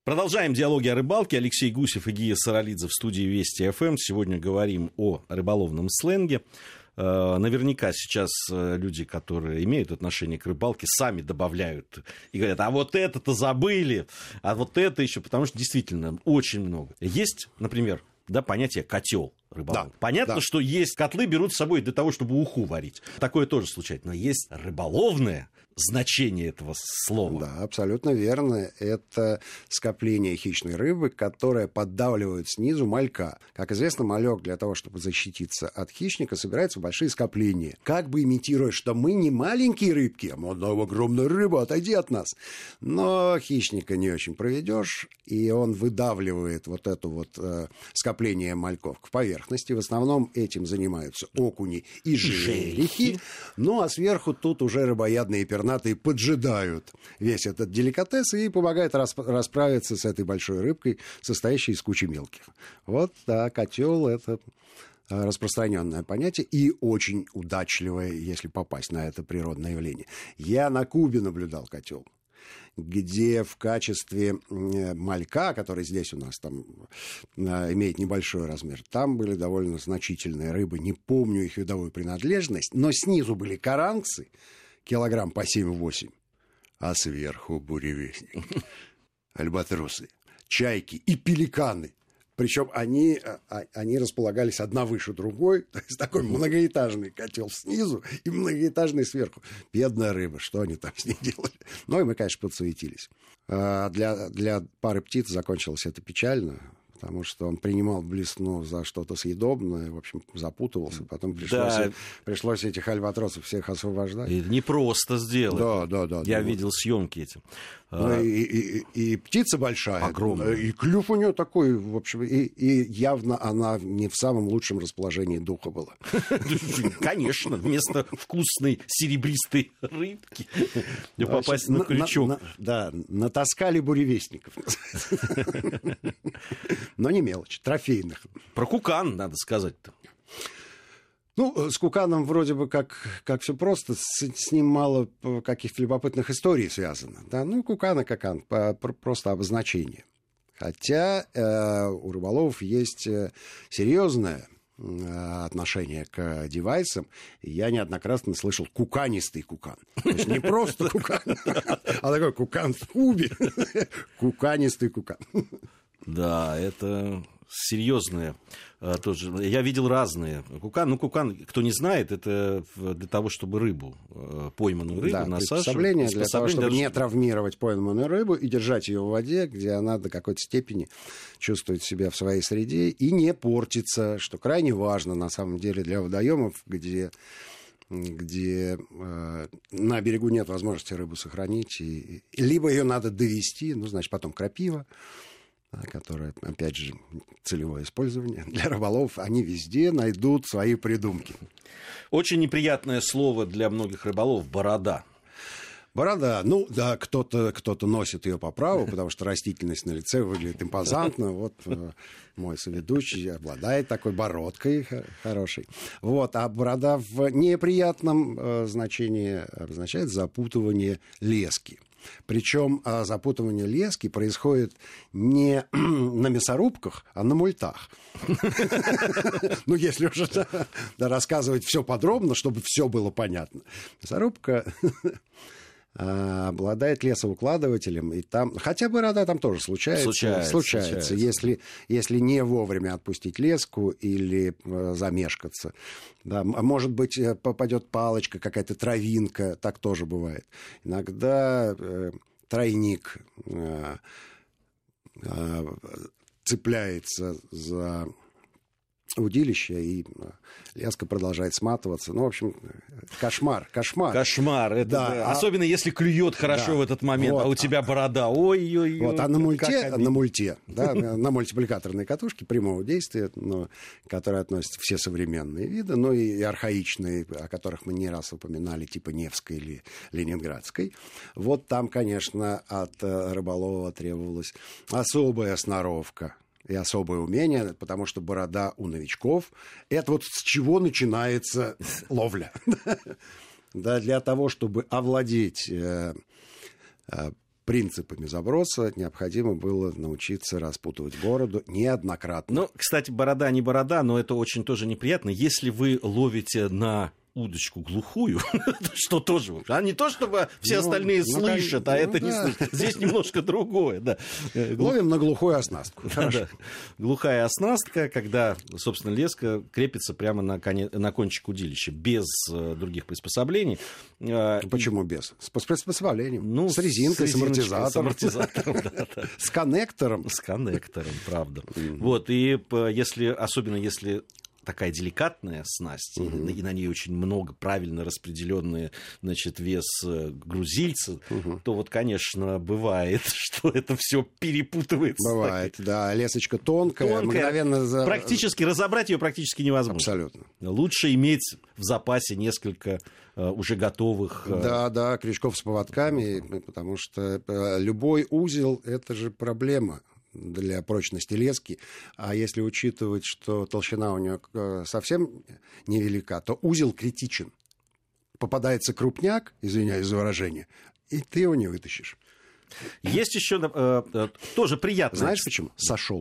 Продолжаем диалоги о рыбалке. Алексей Гусев и Гия Саралидзе в студии Вести ФМ. Сегодня говорим о рыболовном сленге. Наверняка сейчас люди, которые имеют отношение к рыбалке, сами добавляют и говорят, а вот это-то забыли, а вот это еще, потому что действительно очень много. Есть, например, понятие котел рыболов. Да, понятно, да, что есть котлы, берут с собой для того, чтобы уху варить. Такое тоже случается. Но есть рыболовное значение этого слова. Да, абсолютно верно. Это скопление хищной рыбы, которое поддавливает снизу малька. Как известно, малек для того, чтобы защититься от хищника, собирается в большие скопления. Как бы имитируя, что мы не маленькие рыбки, а мы огромная рыба, отойди от нас. Но хищника не очень проведешь, и он выдавливает вот это вот скопление мальков к поверхности. В основном этим занимаются окуни и жерехи. Ну, а сверху тут уже рыбоядные пернатые поджидают весь этот деликатес и помогают расправиться с этой большой рыбкой, состоящей из кучи мелких. Вот, да, котел — это распространенное понятие и очень удачливое, если попасть на это природное явление. Я на Кубе наблюдал котел, где в качестве малька, который здесь у нас там имеет небольшой размер, там были довольно значительные рыбы, не помню их видовую принадлежность, но снизу были каранксы, килограмм по 7-8, а сверху буревестник, альбатросы, чайки и пеликаны. Причем они располагались одна выше другой, то есть такой многоэтажный котел снизу и многоэтажный сверху. Бедная рыба, что они там с ней делали? Ну и мы, конечно, подсуетились. Для пары птиц закончилось это печально, потому что он принимал блесну за что-то съедобное, в общем, запутывался. Потом пришлось этих альбатросов всех освобождать. И не просто сделать. Да. Я видел съемки эти. Ну, и птица большая. Огромная. И клюв у нее такой, в общем, и явно она не в самом лучшем расположении духа была. Конечно, вместо вкусной серебристой рыбки попасть на крючок. Да, натаскали буревестников. Но не мелочь, трофейных. Про кукан надо сказать-то. Ну, с куканом вроде бы как все просто, с ним мало каких-то любопытных историй связано. Да? Ну, кукан и какан, просто обозначение. Хотя у рыболовов есть серьезное отношение к девайсам. Я неоднократно слышал куканистый кукан. То есть не просто кукан, а такой кукан в кубе. Куканистый кукан. Да, это серьезные тоже. Я видел разные. Кукан, кто не знает, это для того, чтобы рыбу, пойманную рыбу, насаживать. Приспособление для того, чтобы не травмировать пойманную рыбу и держать ее в воде, где она до какой-то степени чувствует себя в своей среде и не портится, что крайне важно на самом деле для водоемов, где на берегу нет возможности рыбу сохранить, либо ее надо довести, значит, потом крапива, которое, опять же, целевое использование для рыболовов, они везде найдут свои придумки. Очень неприятное слово для многих рыболовов — борода. Борода, кто-то носит ее по праву, потому что растительность на лице выглядит импозантно. Вот мой соведущий обладает такой бородкой хорошей. Вот, а борода в неприятном значении обозначает запутывание лески. Причем запутывание лески происходит не на мясорубках, а на мультах. Ну, если уже рассказывать все подробно, чтобы все было понятно. Мясорубка обладает лесоукладывателем, и там, хотя борода там тоже случается. Если не вовремя отпустить леску или замешкаться. Да, может быть, попадет палочка, какая-то травинка, так тоже бывает. Иногда тройник цепляется за удилище, и леска продолжает сматываться. Ну, в общем, кошмар. Кошмар. Это, да. Особенно если клюет хорошо в этот момент, вот. А у тебя борода. Ой-ой-ой. Вот. А на мульте, да, на мультипликаторной катушке прямого действия, которые относятся все современные виды, но и архаичные, о которых мы не раз упоминали, типа Невской или Ленинградской. Вот там, конечно, от рыболова требовалась особая сноровка и особое умение, потому что борода у новичков — это вот с чего начинается ловля. Да, для того, чтобы овладеть принципами заброса необходимо было научиться распутывать бороду неоднократно. Ну, кстати, борода не борода, но это очень тоже неприятно. Если вы ловите на удочку глухую, что тоже, а не то, чтобы все остальные слышат, а это не слышат. Здесь немножко другое, да. Ловим на глухую оснастку. Да. Глухая оснастка, когда, собственно, леска крепится прямо на кончик удилища, без других приспособлений. Почему без? С приспособлением. С резинкой, с амортизатором. С коннектором. С коннектором, правда. Вот, и особенно если такая деликатная снасть, и на ней очень много правильно распределенный, значит, вес грузильца, то вот, конечно, бывает, что это все перепутывается. Бывает, да, лесочка тонкая, мгновенно... Практически разобрать ее практически невозможно. Абсолютно. Лучше иметь в запасе несколько уже готовых... Да, крючков с поводками, потому что любой узел — это же проблема для прочности лески, а если учитывать, что толщина у нее совсем невелика, то узел критичен. Попадается крупняк, извиняюсь за выражение, и ты его не вытащишь. Есть еще тоже приятно. Знаешь почему? Сошел.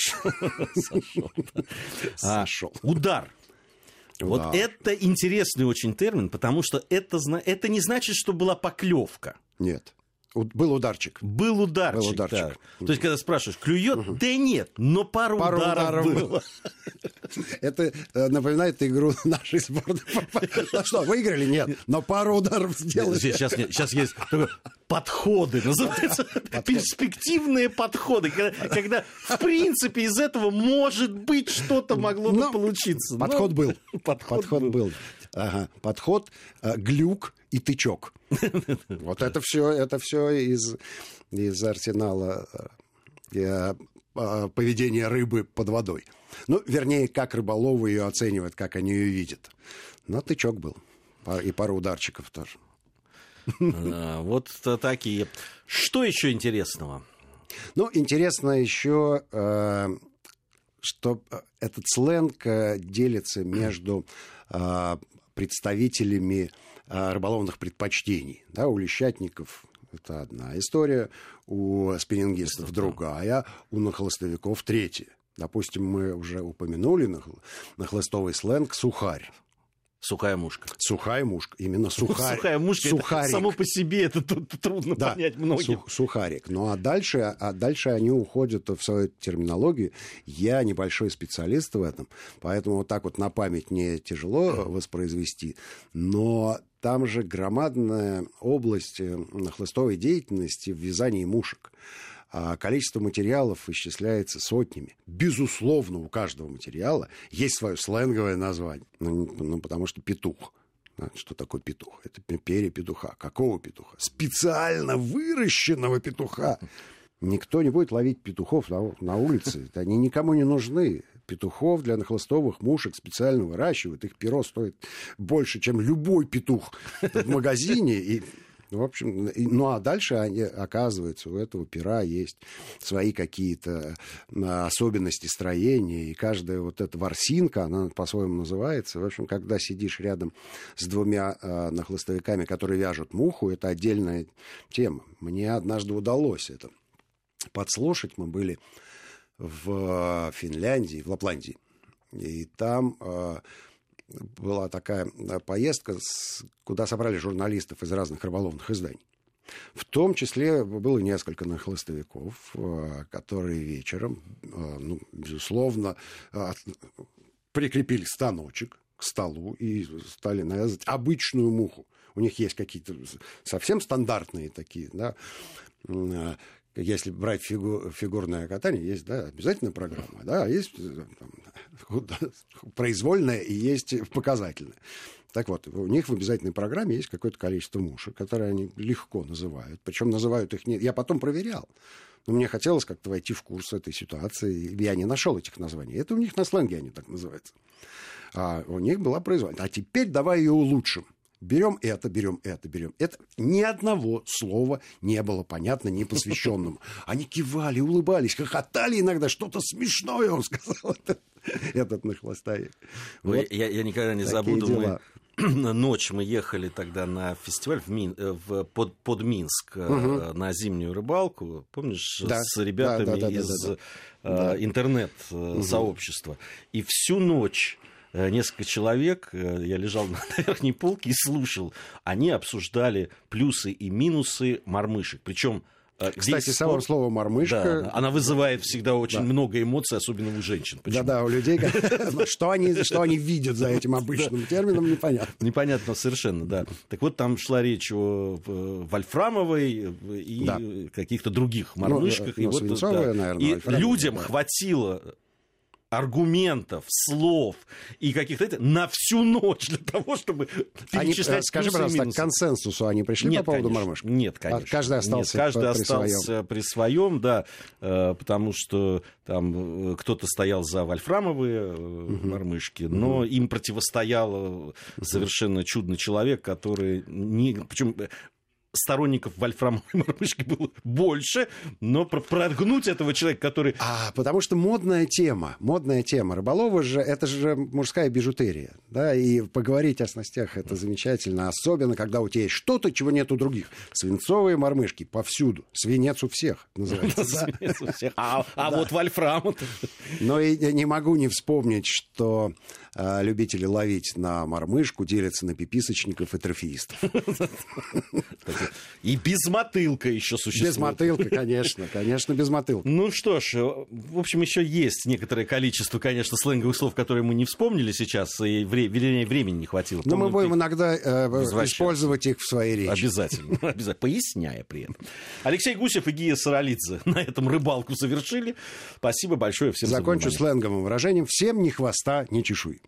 Удар. Вот это интересный очень термин, потому что это не значит, что была поклевка. Нет. Был ударчик. Был ударчик. Да. То есть, когда спрашиваешь, клюет? Да нет, но пару ударов было. Это напоминает игру нашей сборной. Ну что, выиграли? Нет. Но пару ударов сделали. Сейчас есть подходы, называется. Перспективные подходы. Когда, в принципе, из этого, может быть, что-то могло бы получиться. Подход был. Подход был. Ага. Подход, глюк и тычок. Вот это все из арсенала поведения рыбы под водой. Ну, вернее, как рыболовы ее оценивают, как они ее видят. Но тычок был. И пару ударчиков тоже. Вот такие. Что еще интересного? Ну, интересно еще, что этот сленг делится между представителями рыболовных предпочтений. Да, у лещатников это одна история, у спиннингистов другая, у нахлыстовиков третья. Допустим, мы уже упомянули нахлыстовый сленг «сухарь». Сухая мушка. Сухая мушка. Именно сухарь. Сухая мушка. Это само по себе это трудно понять многим. Сухарик. Ну а дальше они уходят в свою терминологию. Я небольшой специалист в этом, поэтому вот так вот на память мне тяжело воспроизвести. Но там же громадная область нахлыстовой деятельности в вязании мушек. А количество материалов исчисляется сотнями. Безусловно, у каждого материала есть свое сленговое название. Ну, потому что петух. Что такое петух? Это перья петуха. Какого петуха? Специально выращенного петуха. Никто не будет ловить петухов на улице. Они никому не нужны. Петухов для нахлыстовых мушек специально выращивают. Их перо стоит больше, чем любой петух в магазине. И... В общем, ну а дальше, оказывается, у этого пера есть свои какие-то особенности строения, и каждая вот эта ворсинка, она по-своему называется. В общем, когда сидишь рядом с двумя нахлыстовиками, которые вяжут муху, это отдельная тема. Мне однажды удалось это подслушать. Мы были в Финляндии, в Лапландии, и там... была такая поездка, куда собрали журналистов из разных рыболовных изданий. В том числе было несколько нахлыстовиков, которые вечером, безусловно, прикрепили станочек к столу и стали навязывать обычную муху. У них есть какие-то совсем стандартные такие, да, если брать фигурное катание, есть, да, обязательная программа, да, есть там, произвольная и есть показательная. Так вот, у них в обязательной программе есть какое-то количество мушек, которые они легко называют. Причем называют их не... Я потом проверял. Но мне хотелось как-то войти в курс этой ситуации. И я не нашел этих названий. Это у них на сленге они так называются. А у них была произвольная. А теперь давай ее улучшим. Берем это, берем это, берем это. Ни одного слова не было понятно непосвященному. Они кивали, улыбались, хохотали иногда. Что-то смешное он сказал, этот нахлыстовик. Вот. Я никогда не забуду. ночь мы ехали тогда на фестиваль под Минск на зимнюю рыбалку, помнишь, с ребятами из интернет-сообщества. И всю ночь несколько человек, я лежал на верхней полке и слушал, они обсуждали плюсы и минусы мормышек. Причем, кстати, само слово «мормышка», да, она вызывает всегда очень много эмоций, особенно у женщин. Да-да, у людей, что они видят за этим обычным термином, непонятно. Непонятно совершенно, да. Так вот, там шла речь о вольфрамовой и каких-то других мормышках. И свинцовая, наверное, и людям хватило аргументов, слов и каких-то на всю ночь для того, чтобы перечислять. Скажи, пожалуйста, к консенсусу они пришли по поводу мормышек? Нет, конечно. Каждый остался при своем, да, потому что там кто-то стоял за вольфрамовые мормышки, но им противостоял совершенно чудный человек, который причем сторонников вольфрамовой мормышки было больше, но прогнуть этого человека, который... Потому что модная тема. Рыболовы же, это же мужская бижутерия. Да? И поговорить о снастях это замечательно. Особенно, когда у тебя есть что-то, чего нет у других. Свинцовые мормышки повсюду. Свинец у всех называется. Вот вольфрам... Но и не могу не вспомнить, что любители ловить на мормышку делятся на пиписочников и трофеистов. И безмотылка еще существует. Безмотылка, конечно, безмотылка. Ну что ж, в общем, еще есть некоторое количество, конечно, сленговых слов, которые мы не вспомнили сейчас, и времени не хватило. Но мы будем иногда использовать их в своей речи. Обязательно, поясняя при этом. Алексей Гусев и Гия Саралидзе на этом рыбалку завершили. Спасибо большое всем за внимание. Закончу сленговым выражением: всем ни хвоста, ни чешуи.